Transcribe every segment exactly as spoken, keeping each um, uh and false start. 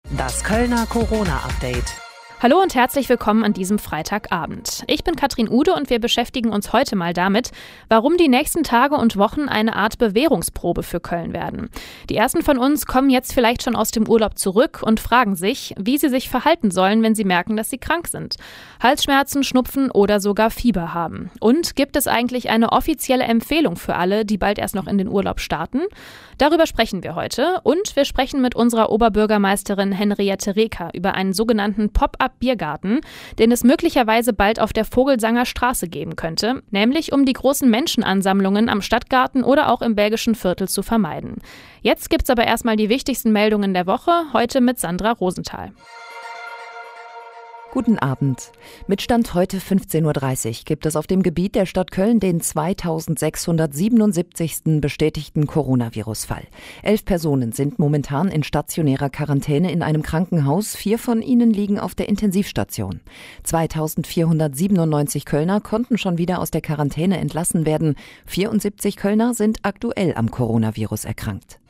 Das Kölner Corona-Update. Hallo und herzlich willkommen an diesem Freitagabend. Ich bin Katrin Ude und wir beschäftigen uns heute mal damit, warum die nächsten Tage und Wochen eine Art Bewährungsprobe für Köln werden. Die ersten von uns kommen jetzt vielleicht schon aus dem Urlaub zurück und fragen sich, wie sie sich verhalten sollen, wenn sie merken, dass sie krank sind. Halsschmerzen, Schnupfen oder sogar Fieber haben. Und gibt es eigentlich eine offizielle Empfehlung für alle, die bald erst noch in den Urlaub starten? Darüber sprechen wir heute und wir sprechen mit unserer Oberbürgermeisterin Henriette Reker über einen sogenannten Pop-up-Biergarten, den es möglicherweise bald auf der Vogelsanger Straße geben könnte, nämlich um die großen Menschenansammlungen am Stadtgarten oder auch im belgischen Viertel zu vermeiden. Jetzt gibt's aber erstmal die wichtigsten Meldungen der Woche, heute mit Sandra Rosenthal. Guten Abend. Mit Stand heute fünfzehn Uhr dreißig gibt es auf dem Gebiet der Stadt Köln den zweitausendsechshundertsiebenundsiebzigsten bestätigten Coronavirus-Fall. Elf Personen sind momentan in stationärer Quarantäne in einem Krankenhaus. Vier von ihnen liegen auf der Intensivstation. zweitausendvierhundertsiebenundneunzig Kölner konnten schon wieder aus der Quarantäne entlassen werden. vierundsiebzig Kölner sind aktuell am Coronavirus erkrankt.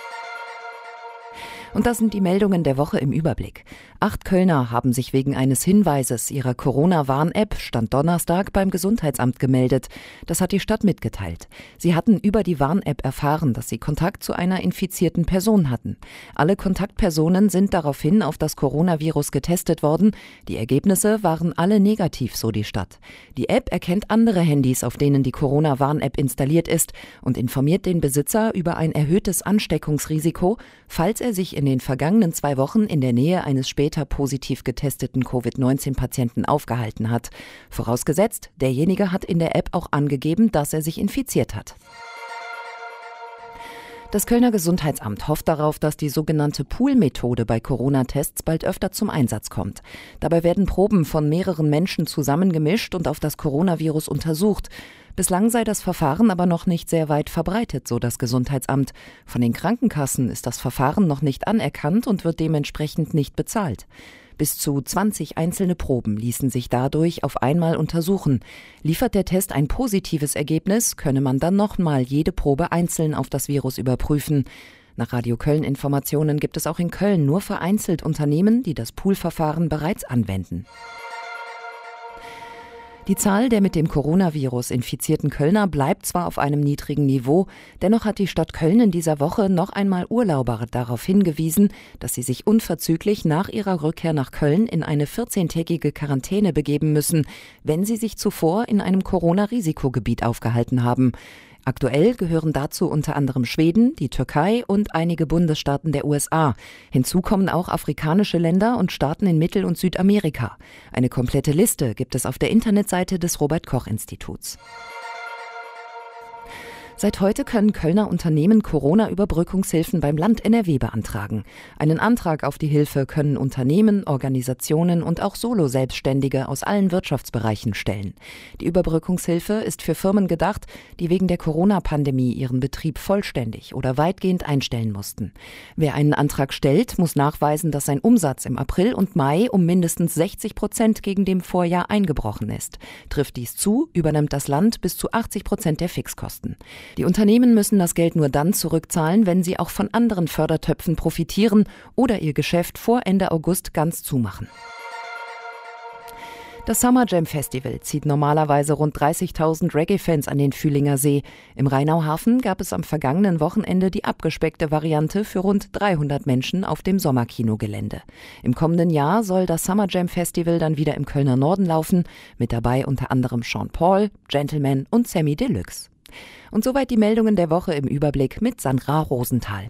Und das sind die Meldungen der Woche im Überblick. Acht Kölner haben sich wegen eines Hinweises ihrer Corona-Warn-App Stand Donnerstag beim Gesundheitsamt gemeldet. Das hat die Stadt mitgeteilt. Sie hatten über die Warn-App erfahren, dass sie Kontakt zu einer infizierten Person hatten. Alle Kontaktpersonen sind daraufhin auf das Coronavirus getestet worden. Die Ergebnisse waren alle negativ, so die Stadt. Die App erkennt andere Handys, auf denen die Corona-Warn-App installiert ist und informiert den Besitzer über ein erhöhtes Ansteckungsrisiko, falls er sich in den vergangenen zwei Wochen in der Nähe eines später positiv getesteten Covid neunzehn Patienten aufgehalten hat. Vorausgesetzt, derjenige hat in der App auch angegeben, dass er sich infiziert hat. Das Kölner Gesundheitsamt hofft darauf, dass die sogenannte Pool-Methode bei Corona-Tests bald öfter zum Einsatz kommt. Dabei werden Proben von mehreren Menschen zusammengemischt und auf das Coronavirus untersucht. Bislang sei das Verfahren aber noch nicht sehr weit verbreitet, so das Gesundheitsamt. Von den Krankenkassen ist das Verfahren noch nicht anerkannt und wird dementsprechend nicht bezahlt. Bis zu zwanzig einzelne Proben ließen sich dadurch auf einmal untersuchen. Liefert der Test ein positives Ergebnis, könne man dann nochmal jede Probe einzeln auf das Virus überprüfen. Nach Radio Köln Informationen gibt es auch in Köln nur vereinzelt Unternehmen, die das Poolverfahren bereits anwenden. Die Zahl der mit dem Coronavirus infizierten Kölner bleibt zwar auf einem niedrigen Niveau, dennoch hat die Stadt Köln in dieser Woche noch einmal Urlauber darauf hingewiesen, dass sie sich unverzüglich nach ihrer Rückkehr nach Köln in eine vierzehntägige Quarantäne begeben müssen, wenn sie sich zuvor in einem Corona-Risikogebiet aufgehalten haben. Aktuell gehören dazu unter anderem Schweden, die Türkei und einige Bundesstaaten der U S A. Hinzu kommen auch afrikanische Länder und Staaten in Mittel- und Südamerika. Eine komplette Liste gibt es auf der Internetseite des Robert-Koch-Instituts. Seit heute können Kölner Unternehmen Corona-Überbrückungshilfen beim Land N R W beantragen. Einen Antrag auf die Hilfe können Unternehmen, Organisationen und auch Solo-Selbstständige aus allen Wirtschaftsbereichen stellen. Die Überbrückungshilfe ist für Firmen gedacht, die wegen der Corona-Pandemie ihren Betrieb vollständig oder weitgehend einstellen mussten. Wer einen Antrag stellt, muss nachweisen, dass sein Umsatz im April und Mai um mindestens sechzig Prozent gegen dem Vorjahr eingebrochen ist. Trifft dies zu, übernimmt das Land bis zu achtzig Prozent der Fixkosten. Die Unternehmen müssen das Geld nur dann zurückzahlen, wenn sie auch von anderen Fördertöpfen profitieren oder ihr Geschäft vor Ende August ganz zumachen. Das Summer Jam Festival zieht normalerweise rund dreißigtausend Reggae-Fans an den Fühlinger See. Im Rheinauhafen gab es am vergangenen Wochenende die abgespeckte Variante für rund dreihundert Menschen auf dem Sommerkinogelände. Im kommenden Jahr soll das Summer Jam Festival dann wieder im Kölner Norden laufen, mit dabei unter anderem Sean Paul, Gentleman und Sammy Deluxe. Und soweit die Meldungen der Woche im Überblick mit Sandra Rosenthal.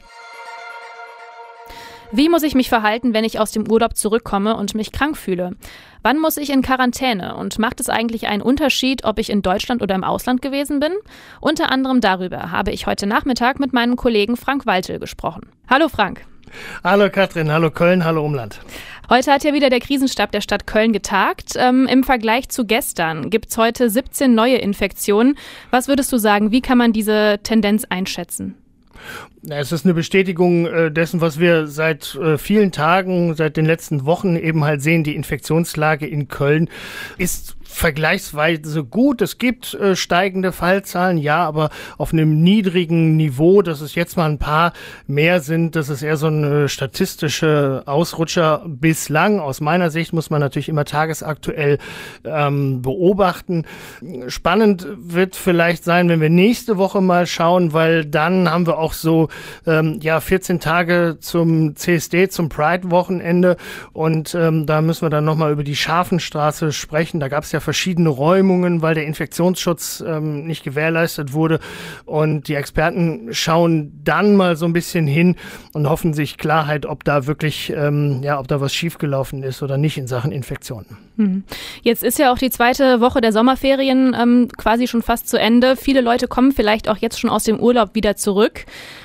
Wie muss ich mich verhalten, wenn ich aus dem Urlaub zurückkomme und mich krank fühle? Wann muss ich in Quarantäne? Und macht es eigentlich einen Unterschied, ob ich in Deutschland oder im Ausland gewesen bin? Unter anderem darüber habe ich heute Nachmittag mit meinem Kollegen Frank Waltel gesprochen. Hallo Frank. Hallo Katrin, hallo Köln, hallo Umland. Heute hat ja wieder der Krisenstab der Stadt Köln getagt. Ähm, Im Vergleich zu gestern gibt es heute siebzehn neue Infektionen. Was würdest du sagen, wie kann man diese Tendenz einschätzen? Es ist eine Bestätigung äh, dessen, was wir seit äh, vielen Tagen, seit den letzten Wochen eben halt sehen. Die Infektionslage in Köln ist vergleichsweise gut. Es gibt äh, steigende Fallzahlen, ja, aber auf einem niedrigen Niveau, dass es jetzt mal ein paar mehr sind. Das ist eher so ein äh, statistischer Ausrutscher bislang. Aus meiner Sicht muss man natürlich immer tagesaktuell ähm, beobachten. Spannend wird vielleicht sein, wenn wir nächste Woche mal schauen, weil dann haben wir auch so ähm, ja vierzehn Tage zum C S D, zum Pride-Wochenende, und ähm, da müssen wir dann nochmal über die Scharfenstraße sprechen. Da gab es ja verschiedene Räumungen, weil der Infektionsschutz ähm, nicht gewährleistet wurde, und die Experten schauen dann mal so ein bisschen hin und hoffen sich Klarheit, ob da wirklich, ähm, ja, ob da was schiefgelaufen ist oder nicht in Sachen Infektionen. Hm. Jetzt ist ja auch die zweite Woche der Sommerferien ähm, quasi schon fast zu Ende. Viele Leute kommen vielleicht auch jetzt schon aus dem Urlaub wieder zurück.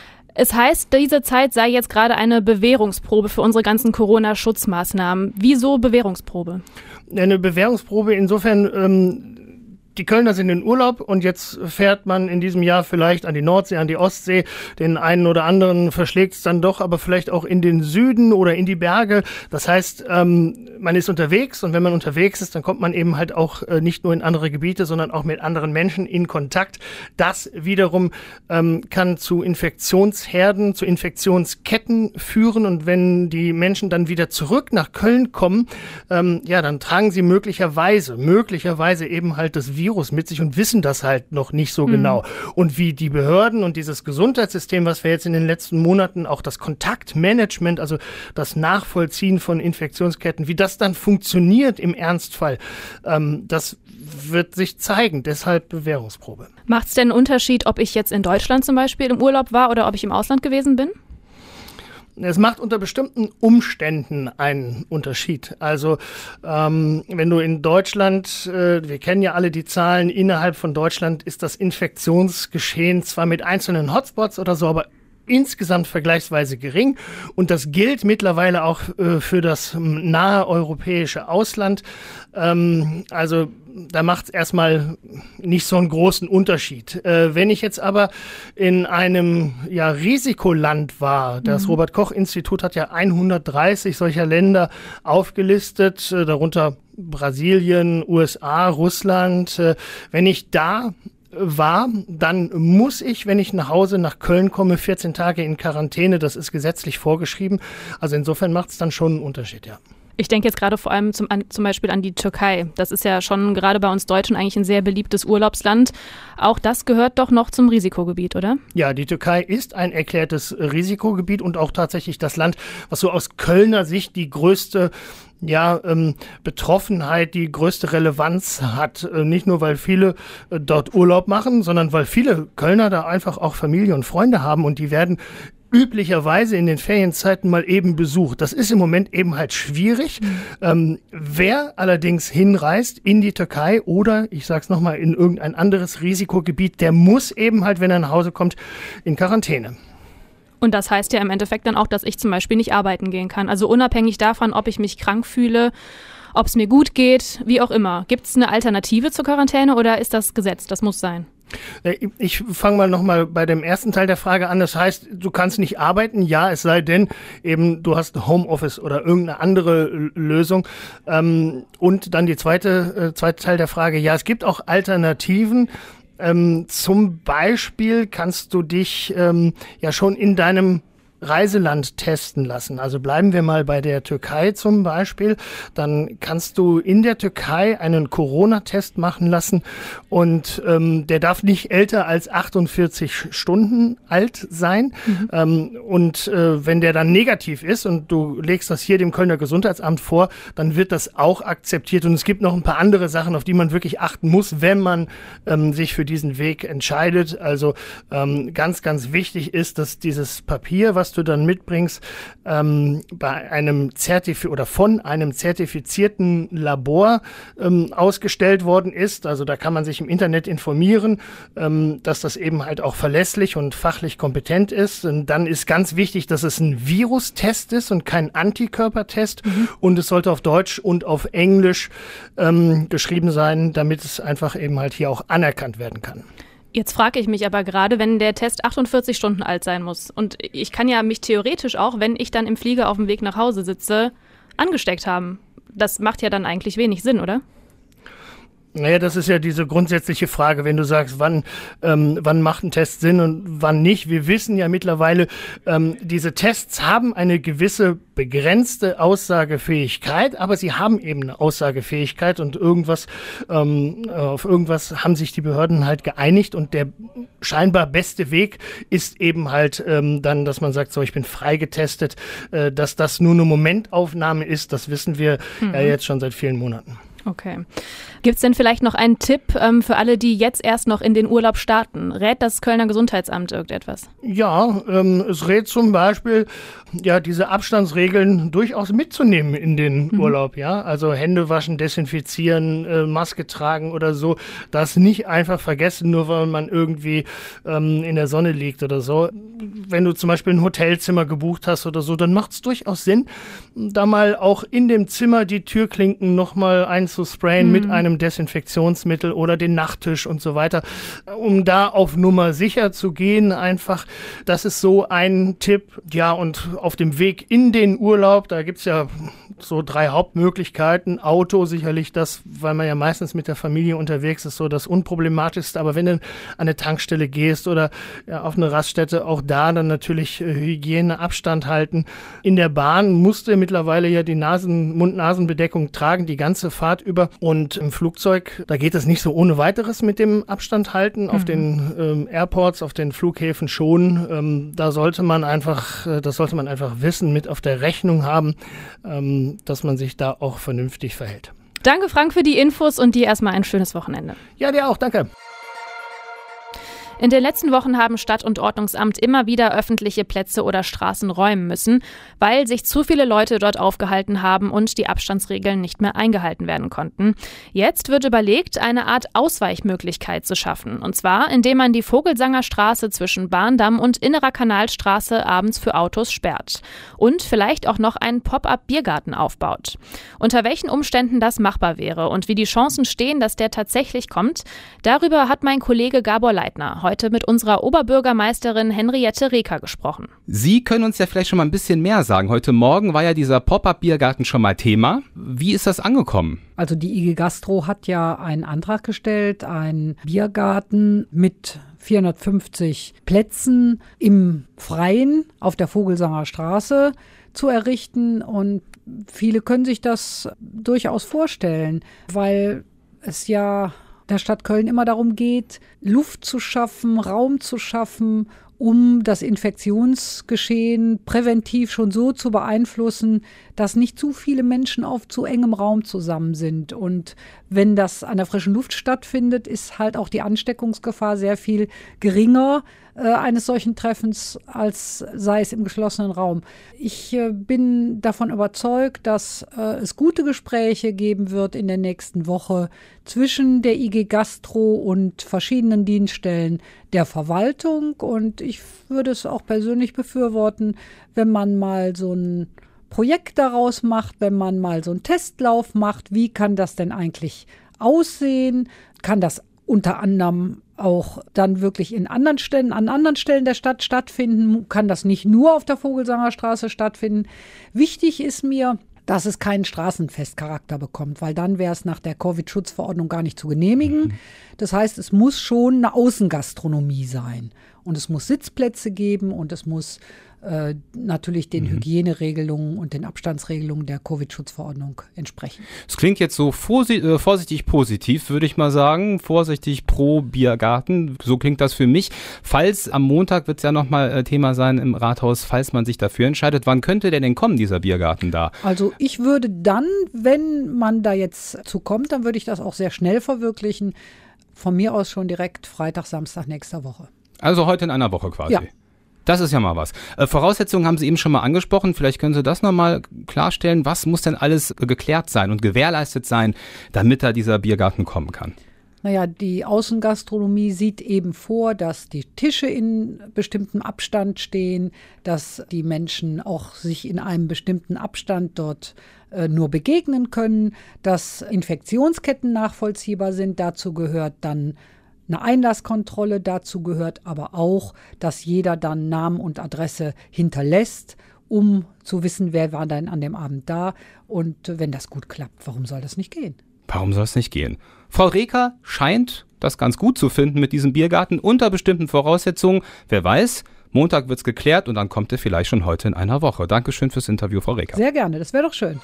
Es heißt, diese Zeit sei jetzt gerade eine Bewährungsprobe für unsere ganzen Corona-Schutzmaßnahmen. Wieso Bewährungsprobe? Eine Bewährungsprobe insofern, ähm, die Kölner sind in Urlaub und jetzt fährt man in diesem Jahr vielleicht an die Nordsee, an die Ostsee. Den einen oder anderen verschlägt es dann doch, aber vielleicht auch in den Süden oder in die Berge. Das heißt, ähm, man ist unterwegs, und wenn man unterwegs ist, dann kommt man eben halt auch äh, nicht nur in andere Gebiete, sondern auch mit anderen Menschen in Kontakt. Das wiederum ähm, kann zu Infektionsherden, zu Infektionsketten führen, und wenn die Menschen dann wieder zurück nach Köln kommen, ähm, ja, dann tragen sie möglicherweise, möglicherweise eben halt das Virus mit sich und wissen das halt noch nicht so mhm. genau. Und wie die Behörden und dieses Gesundheitssystem, was wir jetzt in den letzten Monaten, auch das Kontaktmanagement, also das Nachvollziehen von Infektionsketten, wie das dann funktioniert im Ernstfall, ähm, das wird sich zeigen. Deshalb Bewährungsprobe. Macht es denn einen Unterschied, ob ich jetzt in Deutschland zum Beispiel im Urlaub war oder ob ich im Ausland gewesen bin? Es macht unter bestimmten Umständen einen Unterschied. Also ähm, wenn du in Deutschland, äh, wir kennen ja alle die Zahlen, innerhalb von Deutschland ist das Infektionsgeschehen zwar mit einzelnen Hotspots oder so, aber insgesamt vergleichsweise gering, und das gilt mittlerweile auch äh, für das nahe europäische Ausland. Ähm, also da macht es erstmal nicht so einen großen Unterschied. Äh, wenn ich jetzt aber in einem ja, Risikoland war, das mhm. Robert-Koch-Institut hat ja hundertdreißig solcher Länder aufgelistet, äh, darunter Brasilien, U S A, Russland. Äh, wenn ich da war, dann muss ich, wenn ich nach Hause nach Köln komme, vierzehn Tage in Quarantäne. Das ist gesetzlich vorgeschrieben. Also insofern macht es dann schon einen Unterschied, ja. Ich denke jetzt gerade vor allem zum, an, zum Beispiel an die Türkei. Das ist ja schon gerade bei uns Deutschen eigentlich ein sehr beliebtes Urlaubsland. Auch das gehört doch noch zum Risikogebiet, oder? Ja, die Türkei ist ein erklärtes Risikogebiet und auch tatsächlich das Land, was so aus Kölner Sicht die größte ja, ähm, Betroffenheit, die größte Relevanz hat. Äh, nicht nur, weil viele äh, dort Urlaub machen, sondern weil viele Kölner da einfach auch Familie und Freunde haben, und die werden üblicherweise in den Ferienzeiten mal eben besucht. Das ist im Moment eben halt schwierig. Mhm. Ähm, wer allerdings hinreist in die Türkei oder, ich sag's nochmal, in irgendein anderes Risikogebiet, der muss eben halt, wenn er nach Hause kommt, in Quarantäne. Und das heißt ja im Endeffekt dann auch, dass ich zum Beispiel nicht arbeiten gehen kann. Also unabhängig davon, ob ich mich krank fühle, ob es mir gut geht, wie auch immer. Gibt es eine Alternative zur Quarantäne oder ist das Gesetz? Das muss sein. Ich fange mal nochmal bei dem ersten Teil der Frage an. Das heißt, du kannst nicht arbeiten, ja, es sei denn, eben du hast Homeoffice oder irgendeine andere Lösung. Und dann die zweite, zweite Teil der Frage, ja, es gibt auch Alternativen. Ähm, zum Beispiel kannst du dich ähm, ja schon in deinem Reiseland testen lassen. Also bleiben wir mal bei der Türkei zum Beispiel. Dann kannst du in der Türkei einen Corona-Test machen lassen, und ähm, der darf nicht älter als achtundvierzig Stunden alt sein. Mhm. Ähm, und äh, wenn der dann negativ ist und du legst das hier dem Kölner Gesundheitsamt vor, dann wird das auch akzeptiert. Und es gibt noch ein paar andere Sachen, auf die man wirklich achten muss, wenn man ähm, sich für diesen Weg entscheidet. Also ähm, ganz, ganz wichtig ist, dass dieses Papier, was du dann mitbringst, ähm, bei einem Zertif- oder von einem zertifizierten Labor ähm, ausgestellt worden ist. Also da kann man sich im Internet informieren, ähm, dass das eben halt auch verlässlich und fachlich kompetent ist. Und dann ist ganz wichtig, dass es ein Virustest ist und kein Antikörpertest. Mhm. Und es sollte auf Deutsch und auf Englisch ähm, geschrieben sein, damit es einfach eben halt hier auch anerkannt werden kann. Jetzt frage ich mich aber gerade, wenn der Test achtundvierzig Stunden alt sein muss und ich kann ja mich theoretisch auch, wenn ich dann im Flieger auf dem Weg nach Hause sitze, angesteckt haben. Das macht ja dann eigentlich wenig Sinn, oder? Naja, das ist ja diese grundsätzliche Frage, wenn du sagst, wann, ähm, wann macht ein Test Sinn und wann nicht. Wir wissen ja mittlerweile, ähm, diese Tests haben eine gewisse begrenzte Aussagefähigkeit, aber sie haben eben eine Aussagefähigkeit und irgendwas, ähm, auf irgendwas haben sich die Behörden halt geeinigt und der scheinbar beste Weg ist eben halt ähm, dann, dass man sagt, so, ich bin freigetestet, äh, dass das nur eine Momentaufnahme ist, das wissen wir mhm. ja jetzt schon seit vielen Monaten. Okay. Gibt es denn vielleicht noch einen Tipp ähm, für alle, die jetzt erst noch in den Urlaub starten? Rät das Kölner Gesundheitsamt irgendetwas? Ja, ähm, es rät zum Beispiel, ja, diese Abstandsregeln durchaus mitzunehmen in den mhm. Urlaub, ja. Also Hände waschen, desinfizieren, äh, Maske tragen oder so. Das nicht einfach vergessen, nur weil man irgendwie ähm, in der Sonne liegt oder so. Wenn du zum Beispiel ein Hotelzimmer gebucht hast oder so, dann macht es durchaus Sinn, da mal auch in dem Zimmer die Türklinken nochmal einzusprayen mhm. mit einem Desinfektionsmittel oder den Nachttisch und so weiter, um da auf Nummer sicher zu gehen einfach. Das ist so ein Tipp. Ja, und auf dem Weg in den Urlaub, da gibt's ja so drei Hauptmöglichkeiten. Auto sicherlich das, weil man ja meistens mit der Familie unterwegs ist, so das Unproblematischste. Aber wenn du an eine Tankstelle gehst oder ja, auf eine Raststätte, auch da dann natürlich äh, Hygiene, Abstand halten. In der Bahn musst du mittlerweile ja die Nasen, Mund-Nasen-Bedeckung tragen, die ganze Fahrt über. Und im Flugzeug, da geht es nicht so ohne weiteres mit dem Abstand halten. Mhm. Auf den ähm, Airports, auf den Flughäfen schon. Ähm, da sollte man einfach, äh, das sollte man einfach wissen, mit auf der Rechnung haben, ähm, dass man sich da auch vernünftig verhält. Danke, Frank, für die Infos und dir erstmal ein schönes Wochenende. Ja, dir auch. Danke. In den letzten Wochen haben Stadt- und Ordnungsamt immer wieder öffentliche Plätze oder Straßen räumen müssen, weil sich zu viele Leute dort aufgehalten haben und die Abstandsregeln nicht mehr eingehalten werden konnten. Jetzt wird überlegt, eine Art Ausweichmöglichkeit zu schaffen. Und zwar, indem man die Vogelsangerstraße zwischen Bahndamm und Innerer Kanalstraße abends für Autos sperrt. Und vielleicht auch noch einen Pop-up-Biergarten aufbaut. Unter welchen Umständen das machbar wäre und wie die Chancen stehen, dass der tatsächlich kommt, darüber hat mein Kollege Gabor Leitner heute mit unserer Oberbürgermeisterin Henriette Reker gesprochen. Sie können uns ja vielleicht schon mal ein bisschen mehr sagen. Heute Morgen war ja dieser Pop-up-Biergarten schon mal Thema. Wie ist das angekommen? Also die I G Gastro hat ja einen Antrag gestellt, einen Biergarten mit vierhundertfünfzig Plätzen im Freien auf der Vogelsanger Straße zu errichten. Und viele können sich das durchaus vorstellen, weil es ja der Stadt Köln immer darum geht, Luft zu schaffen, Raum zu schaffen, um das Infektionsgeschehen präventiv schon so zu beeinflussen, dass nicht zu viele Menschen auf zu engem Raum zusammen sind. Und wenn das an der frischen Luft stattfindet, ist halt auch die Ansteckungsgefahr sehr viel geringer äh, eines solchen Treffens, als sei es im geschlossenen Raum. Ich äh, bin davon überzeugt, dass äh, es gute Gespräche geben wird in der nächsten Woche zwischen der I G Gastro und verschiedenen Dienststellen der Verwaltung. Und ich würde es auch persönlich befürworten, wenn man mal so ein Projekt daraus macht, wenn man mal so einen Testlauf macht. Wie kann das denn eigentlich aussehen? Kann das unter anderem auch dann wirklich in anderen Stellen, an anderen Stellen der Stadt stattfinden? Kann das nicht nur auf der Vogelsanger Straße stattfinden? Wichtig ist mir, dass es keinen Straßenfestcharakter bekommt, weil dann wäre es nach der Covid-Schutzverordnung gar nicht zu genehmigen. Mhm. Das heißt, es muss schon eine Außengastronomie sein. Und es muss Sitzplätze geben und es muss äh, natürlich den mhm. Hygieneregelungen und den Abstandsregelungen der Covid-Schutzverordnung entsprechen. Es klingt jetzt so vorsi- äh, vorsichtig positiv, würde ich mal sagen. Vorsichtig pro Biergarten. So klingt das für mich. Falls am Montag wird es ja nochmal äh, Thema sein im Rathaus, falls man sich dafür entscheidet. Wann könnte der denn kommen, dieser Biergarten da? Also ich würde dann, wenn man da jetzt zu kommt, dann würde ich das auch sehr schnell verwirklichen. Von mir aus schon direkt Freitag, Samstag nächster Woche. Also heute in einer Woche quasi. Ja. Das ist ja mal was. Äh, Voraussetzungen haben Sie eben schon mal angesprochen. Vielleicht können Sie das nochmal klarstellen. Was muss denn alles äh, geklärt sein und gewährleistet sein, damit da dieser Biergarten kommen kann? Naja, die Außengastronomie sieht eben vor, dass die Tische in bestimmtem Abstand stehen, dass die Menschen auch sich in einem bestimmten Abstand dort äh, nur begegnen können, dass Infektionsketten nachvollziehbar sind. Dazu gehört dann eine Einlasskontrolle. Dazu gehört aber auch, dass jeder dann Namen und Adresse hinterlässt, um zu wissen, wer war denn an dem Abend da. Und wenn das gut klappt, warum soll das nicht gehen? Warum soll es nicht gehen? Frau Reker scheint das ganz gut zu finden mit diesem Biergarten unter bestimmten Voraussetzungen. Wer weiß, Montag wird's geklärt und dann kommt er vielleicht schon heute in einer Woche. Dankeschön fürs Interview, Frau Reker. Sehr gerne, das wäre doch schön.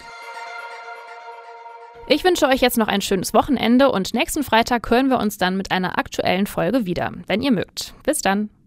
Ich wünsche euch jetzt noch ein schönes Wochenende und nächsten Freitag hören wir uns dann mit einer aktuellen Folge wieder, wenn ihr mögt. Bis dann.